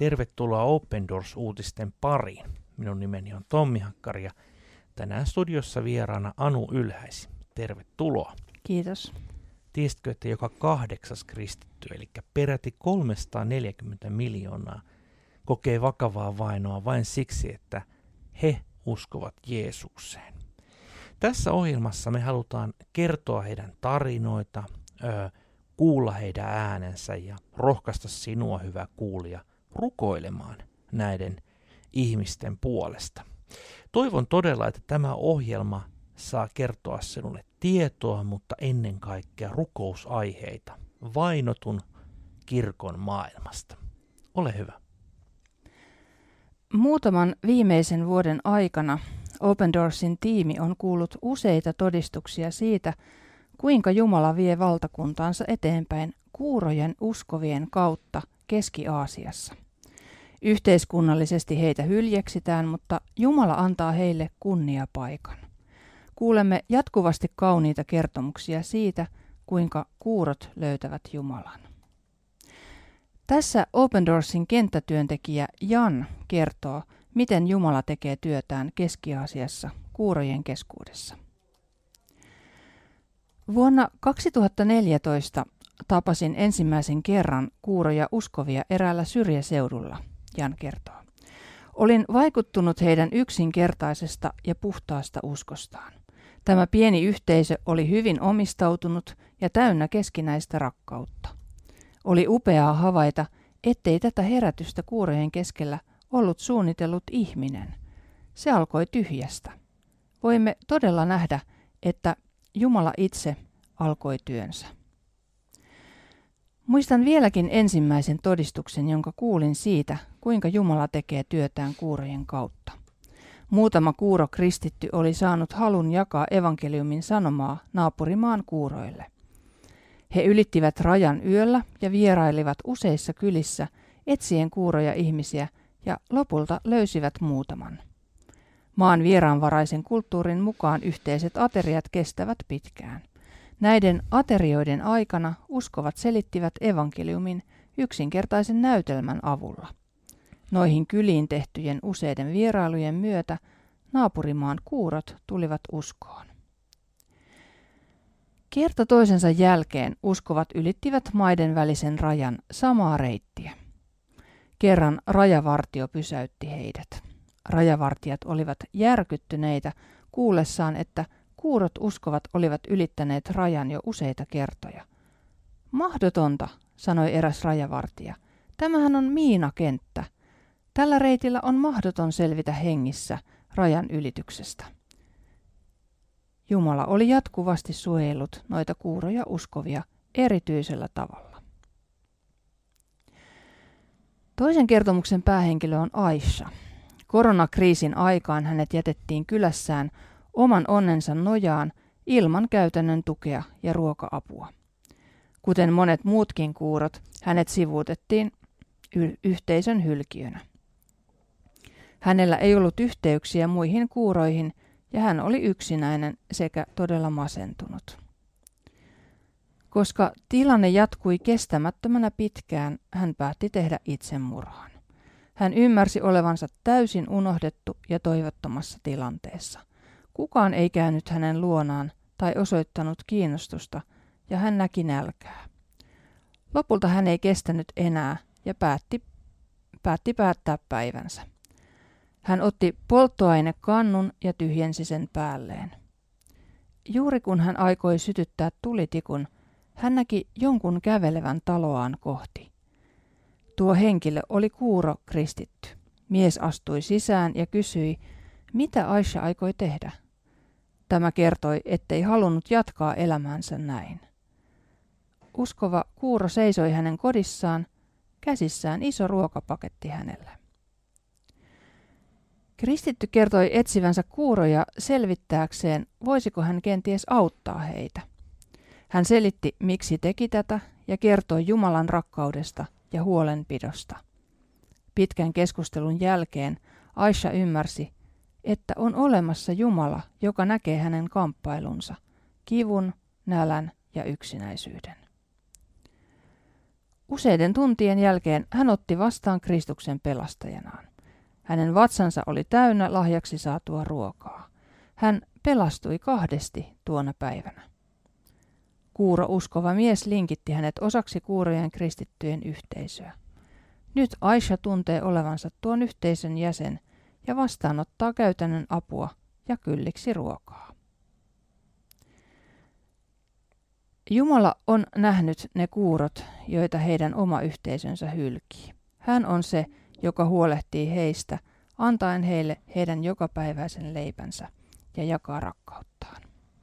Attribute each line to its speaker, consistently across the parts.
Speaker 1: tervetuloa Open Doors-uutisten pariin. Minun nimeni on Tommi Hakkari ja tänään studiossa vieraana Anu Ylhäisi. Tervetuloa.
Speaker 2: Kiitos.
Speaker 1: Tiesitkö, että joka 8. kristitty, eli peräti 340 miljoonaa, kokee vakavaa vainoa vain siksi, että he uskovat Jeesukseen? Tässä ohjelmassa me halutaan kertoa heidän tarinoita, kuulla heidän äänensä ja rohkaista sinua, hyvä kuulija, rukoilemaan näiden ihmisten puolesta. Toivon todella, että tämä ohjelma saa kertoa sinulle tietoa, mutta ennen kaikkea rukousaiheita vainotun kirkon maailmasta. Ole hyvä.
Speaker 2: Muutaman viimeisen vuoden aikana Open Doorsin tiimi on kuullut useita todistuksia siitä, kuinka Jumala vie valtakuntaansa eteenpäin kuurojen uskovien kautta Keski-Aasiassa. Yhteiskunnallisesti heitä hyljeksitään, mutta Jumala antaa heille kunniapaikan. Kuulemme jatkuvasti kauniita kertomuksia siitä, kuinka kuurot löytävät Jumalan. Tässä Open Doorsin kenttätyöntekijä Jan kertoo, miten Jumala tekee työtään Keski-Aasiassa kuurojen keskuudessa. Vuonna 2014 tapasin ensimmäisen kerran kuuroja uskovia eräällä syrjäseudulla, Jan kertoo. Olin vaikuttunut heidän yksinkertaisesta ja puhtaasta uskostaan. Tämä pieni yhteisö oli hyvin omistautunut ja täynnä keskinäistä rakkautta. Oli upeaa havaita, ettei tätä herätystä kuurojen keskellä ollut suunnitellut ihminen. Se alkoi tyhjästä. Voimme todella nähdä, että Jumala itse alkoi työnsä. Muistan vieläkin ensimmäisen todistuksen, jonka kuulin siitä, kuinka Jumala tekee työtään kuurojen kautta. Muutama kuuro kristitty oli saanut halun jakaa evankeliumin sanomaa naapurimaan kuuroille. He ylittivät rajan yöllä ja vierailivat useissa kylissä etsien kuuroja ihmisiä ja lopulta löysivät muutaman. Maan vieraanvaraisen kulttuurin mukaan yhteiset ateriat kestävät pitkään. Näiden aterioiden aikana uskovat selittivät evankeliumin yksinkertaisen näytelmän avulla. Noihin kyliin tehtyjen useiden vierailujen myötä naapurimaan kuurot tulivat uskoon. Kerta toisensa jälkeen uskovat ylittivät maiden välisen rajan samaa reittiä. Kerran rajavartio pysäytti heidät. Rajavartijat olivat järkyttyneitä kuullessaan, että kuurot uskovat olivat ylittäneet rajan jo useita kertoja. Mahdotonta, sanoi eräs rajavartija. Tämähän on miinakenttä. Tällä reitillä on mahdoton selvitä hengissä rajan ylityksestä. Jumala oli jatkuvasti suojellut noita kuuroja uskovia erityisellä tavalla. Toisen kertomuksen päähenkilö on Aisha. Koronakriisin aikaan hänet jätettiin kylässään oman onnensa nojaan ilman käytännön tukea ja ruoka-apua. Kuten monet muutkin kuurot, hänet sivuutettiin yhteisön hylkiönä. Hänellä ei ollut yhteyksiä muihin kuuroihin ja hän oli yksinäinen sekä todella masentunut. Koska tilanne jatkui kestämättömänä pitkään, hän päätti tehdä itsemurhan. Hän ymmärsi olevansa täysin unohdettu ja toivottomassa tilanteessa. Kukaan ei käynyt hänen luonaan tai osoittanut kiinnostusta ja hän näki nälkää. Lopulta hän ei kestänyt enää ja päätti päättää päivänsä. Hän otti polttoainekannun ja tyhjensi sen päälleen. Juuri kun hän aikoi sytyttää tulitikun, hän näki jonkun kävelevän taloaan kohti. Tuo henkilö oli kuuro kristitty. Mies astui sisään ja kysyi, mitä Aisha aikoi tehdä. Tämä kertoi, ettei halunnut jatkaa elämäänsä näin. Uskova kuuro seisoi hänen kodissaan, käsissään iso ruokapaketti hänelle. Kristitty kertoi etsivänsä kuuroja selvittääkseen, voisiko hän kenties auttaa heitä. Hän selitti, miksi teki tätä ja kertoi Jumalan rakkaudesta ja huolenpidosta. Pitkän keskustelun jälkeen Aisha ymmärsi, että on olemassa Jumala, joka näkee hänen kamppailunsa, kivun, nälän ja yksinäisyyden. Useiden tuntien jälkeen hän otti vastaan Kristuksen pelastajanaan. Hänen vatsansa oli täynnä lahjaksi saatua ruokaa. Hän pelastui 2 tuona päivänä. Kuuro uskova mies linkitti hänet osaksi kuurojen kristittyjen yhteisöä. Nyt Aisha tuntee olevansa tuon yhteisön jäsen ja vastaanottaa käytännön apua ja kylliksi ruokaa. Jumala on nähnyt ne kuurot, joita heidän oma yhteisönsä hylkii. Hän on se, joka huolehtii heistä, antaen heille heidän jokapäiväisen leipänsä ja jakaa rakkauttaan.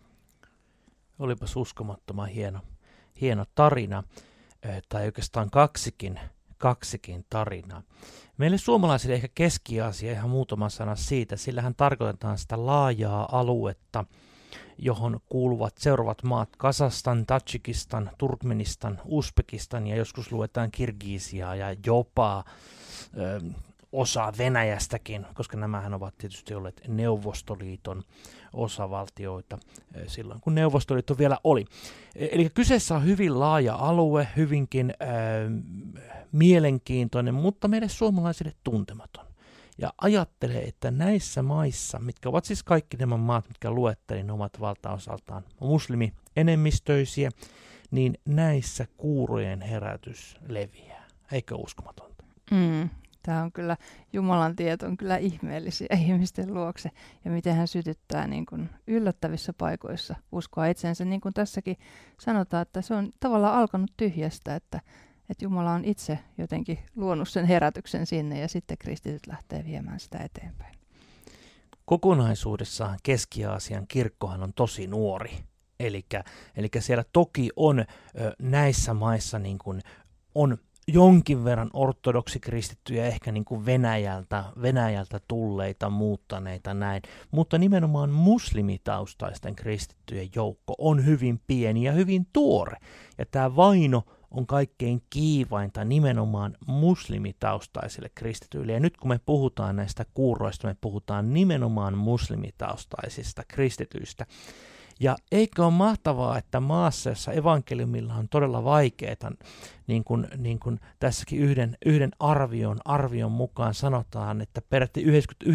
Speaker 1: Olipas uskomattoman hieno tarina, tai oikeastaan kaksikin tarinaa. Meille suomalaisille ehkä Keski-Aasia ihan muutama sana siitä, sillähän tarkoitetaan sitä laajaa aluetta, johon kuuluvat seuraavat maat Kazakstan, Tadžikistan, Turkmenistan, Uzbekistan ja joskus luetaan Kirgisiaa ja jopa osa Venäjästäkin, koska nämähän ovat tietysti olleet Neuvostoliiton osavaltioita silloin, kun Neuvostoliitto vielä oli. Eli kyseessä on hyvin laaja alue, hyvinkin mielenkiintoinen, mutta meille suomalaisille tuntematon. Ja ajattelee, että näissä maissa, mitkä ovat siis kaikki nämä maat, mitkä luettelin, ovat valtaosaltaan muslimienemmistöisiä, niin näissä kuurojen herätys leviää. Eikö uskomatonta?
Speaker 2: Tämä on kyllä, Jumalan tiet on kyllä ihmeellisiä ihmisten luokse ja miten hän sytyttää niin kuin yllättävissä paikoissa uskoa itsensä. Niin kuin tässäkin sanotaan, että se on tavallaan alkanut tyhjästä, että Jumala on itse jotenkin luonut sen herätyksen sinne ja sitten kristityt lähtee viemään sitä eteenpäin.
Speaker 1: Kokonaisuudessaan Keski-Aasian kirkkohan on tosi nuori. Eli siellä toki on näissä maissa niin kuin on jonkin verran ortodoksikristittyjä, ehkä niin kuin Venäjältä tulleita, muuttaneita näin, mutta nimenomaan muslimitaustaisten kristittyjen joukko on hyvin pieni ja hyvin tuore. Ja tämä vaino on kaikkein kiivainta nimenomaan muslimitaustaisille kristityille. Ja nyt kun me puhutaan näistä kuuroista, me puhutaan nimenomaan muslimitaustaisista kristityistä. Ja eikö ole mahtavaa, että maassa, jossa evankeliumilla on todella vaikeaa, niin kuin tässäkin yhden arvion mukaan sanotaan, että peräti 99%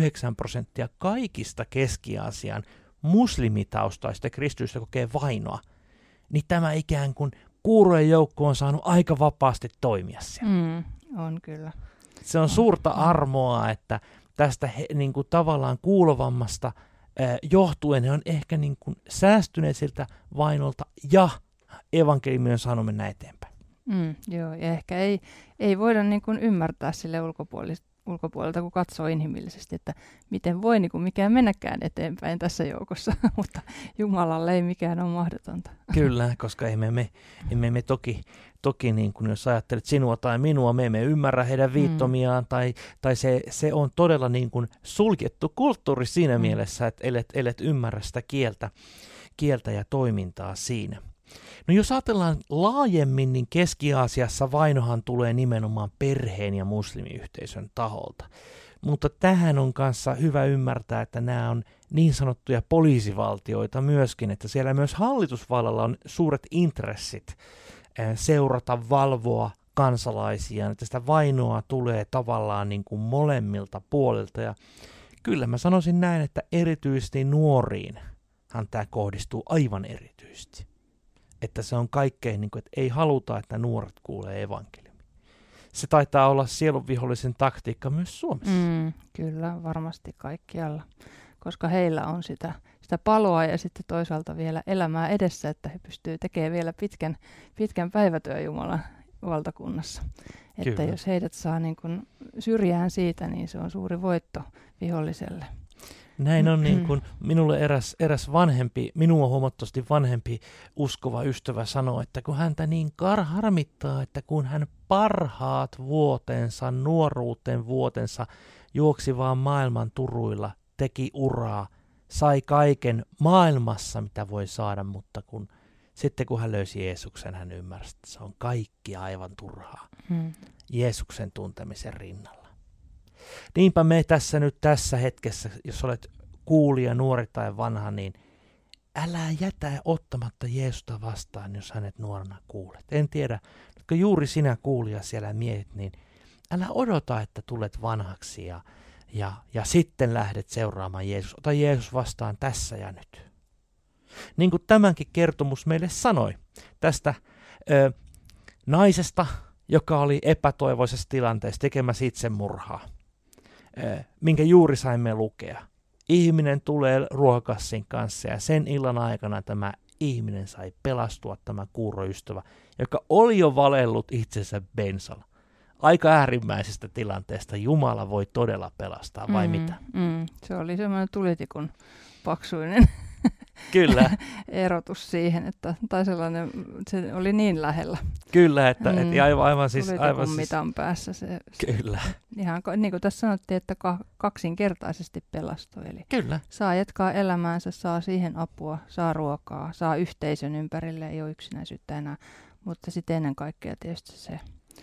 Speaker 1: kaikista Keski-Aasian muslimitaustaista kristityistä kokee vainoa, niin tämä ikään kuin kuurojen joukko on saanut aika vapaasti toimia siellä.
Speaker 2: On kyllä.
Speaker 1: Se on suurta armoa, että tästä niin kuin tavallaan kuulovammasta johtuen he on ehkä niin kuin säästyneet siltä vainolta ja evankeliumi on saanut mennä eteenpäin.
Speaker 2: Joo, ja ehkä ei voida niin kuin ymmärtää sille ulkopuolelta, kun katsoo inhimillisesti, että miten voi niin kuin mikään mennäkään eteenpäin tässä joukossa, mutta Jumalalle ei mikään ole mahdotonta.
Speaker 1: Kyllä, koska emme me toki niin kuin jos ajattelet sinua tai minua, me emme ymmärrä heidän viittomiaan, tai se on todella niin kuin suljettu kulttuuri siinä mielessä, että elet ymmärrä sitä kieltä ja toimintaa siinä. No jos ajatellaan laajemmin, niin Keski-Aasiassa vainohan tulee nimenomaan perheen ja muslimiyhteisön taholta. Mutta tähän on kanssa hyvä ymmärtää, että nämä on niin sanottuja poliisivaltioita myöskin, että siellä myös hallitusvallalla on suuret intressit seurata, valvoa kansalaisia, että sitä vainoa tulee tavallaan niin kuin molemmilta puolilta. Ja kyllä mä sanoisin näin, että erityisesti nuoriinhan tämä kohdistuu aivan erityisesti. Että se on kaikkein, niin kuin, että ei haluta, että nuoret kuulee evankeliumia. Se taitaa olla sielunvihollisen taktiikka myös Suomessa.
Speaker 2: Kyllä, varmasti kaikkialla, koska heillä on sitä paloa ja sitten toisaalta vielä elämää edessä, että he pystyvät tekemään vielä pitkän päivätyön Jumalan valtakunnassa. Että
Speaker 1: Kyllä.
Speaker 2: Jos heidät saa niin kuin syrjään siitä, niin se on suuri voitto viholliselle.
Speaker 1: Näin on niin kuin minulle eräs vanhempi, minua huomattavasti vanhempi uskova ystävä sanoi, että kun häntä niin harmittaa, että kun hän parhaat vuotensa, nuoruuden vuotensa juoksi vaan maailman turuilla, teki uraa, sai kaiken maailmassa, mitä voi saada, mutta sitten kun hän löysi Jeesuksen, hän ymmärsi, että se on kaikki aivan turhaa Jeesuksen tuntemisen rinnalla. Niinpä me tässä hetkessä, jos olet kuulija, nuori tai vanha, niin älä jätä ottamatta Jeesusta vastaan, jos hänet nuorena kuulet. En tiedä, oletko juuri sinä kuulija siellä miehet, niin älä odota, että tulet vanhaksi ja sitten lähdet seuraamaan Jeesus. Ota Jeesus vastaan tässä ja nyt. Niin kuin tämänkin kertomus meille sanoi tästä naisesta, joka oli epätoivoisessa tilanteessa tekemässä itsemurhaa, minkä juuri saimme lukea. Ihminen tulee ruokakassin kanssa ja sen illan aikana tämä ihminen sai pelastua, tämä kuuroystävä, joka oli jo valellut itsensä bensalla. Aika äärimmäisestä tilanteesta Jumala voi todella pelastaa, vai mitä?
Speaker 2: Se oli semmoinen tulitikun paksuinen
Speaker 1: Kyllä.
Speaker 2: erotus siihen, tai sellainen, se oli niin lähellä.
Speaker 1: Kyllä, että aivan siis...
Speaker 2: Tulitikun mitan päässä se.
Speaker 1: Kyllä.
Speaker 2: Ihan niin kuin tässä sanottiin, että kaksinkertaisesti pelastui. Eli
Speaker 1: Kyllä.
Speaker 2: saa jatkaa elämäänsä, saa siihen apua, saa ruokaa, saa yhteisön ympärille, ei ole yksinäisyyttä enää. Mutta sitten ennen kaikkea tietysti se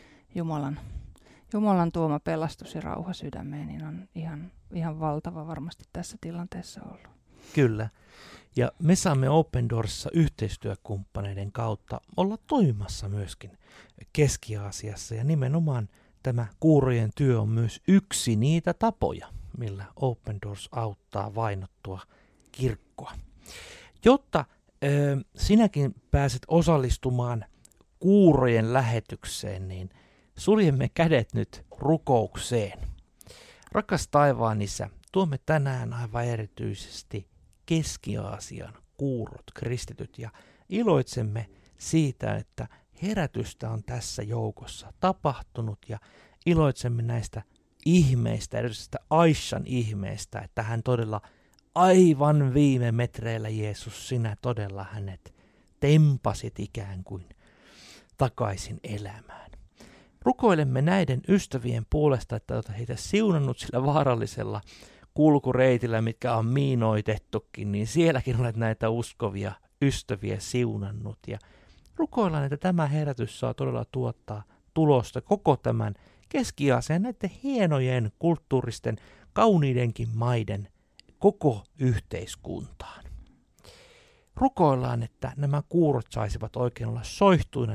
Speaker 2: Jumalan tuoma pelastus ja rauha sydämeen niin on ihan valtava varmasti tässä tilanteessa ollut.
Speaker 1: Kyllä. Ja me saamme Open Doorsissa yhteistyökumppaneiden kautta olla toimimassa myöskin Keski-Aasiassa. Ja nimenomaan tämä kuurojen työ on myös yksi niitä tapoja, millä Open Doors auttaa vainottua kirkkoa. Jotta sinäkin pääset osallistumaan kuurojen lähetykseen, niin suljemme kädet nyt rukoukseen. Rakas taivaan Isä, tuomme tänään aivan erityisesti Keski-Aasian kuurot kristityt ja iloitsemme siitä, että herätystä on tässä joukossa tapahtunut ja iloitsemme näistä ihmeistä, erityisesti Aishan ihmeistä, että hän todella aivan viime metreillä, Jeesus, sinä todella hänet tempasit ikään kuin takaisin elämään. Rukoilemme näiden ystävien puolesta, että olet heitä siunannut sillä vaarallisella kulkureitillä, mitkä on miinoitettukin, niin sielläkin olet näitä uskovia ystäviä siunannut. Ja rukoillaan, että tämä herätys saa todella tuottaa tulosta koko tämän Keski-Aasian näiden hienojen kulttuuristen, kauniidenkin maiden koko yhteiskuntaan. Rukoillaan, että nämä kuurot saisivat oikein olla soihtuina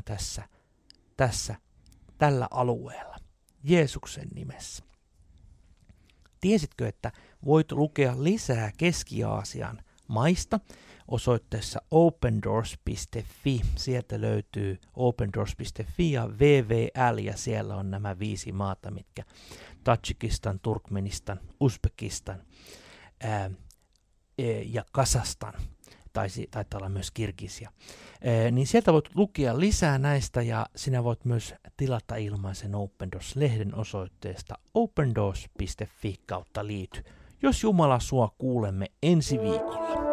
Speaker 1: tällä alueella, Jeesuksen nimessä. Tiesitkö, että voit lukea lisää Keski-Aasian maista osoitteessa opendoors.fi. Sieltä löytyy opendoors.fi ja WWL ja siellä on nämä 5 maata, mitkä Tadžikistan, Turkmenistan, Uzbekistan ja Kazakstan. Taitaa olla myös Kirgisia. Niin sieltä voit lukea lisää näistä ja sinä voit myös tilata ilmaisen Open Doors-lehden osoitteesta opendoors.fi/liity. Jos Jumala sua kuulemme ensi viikolla.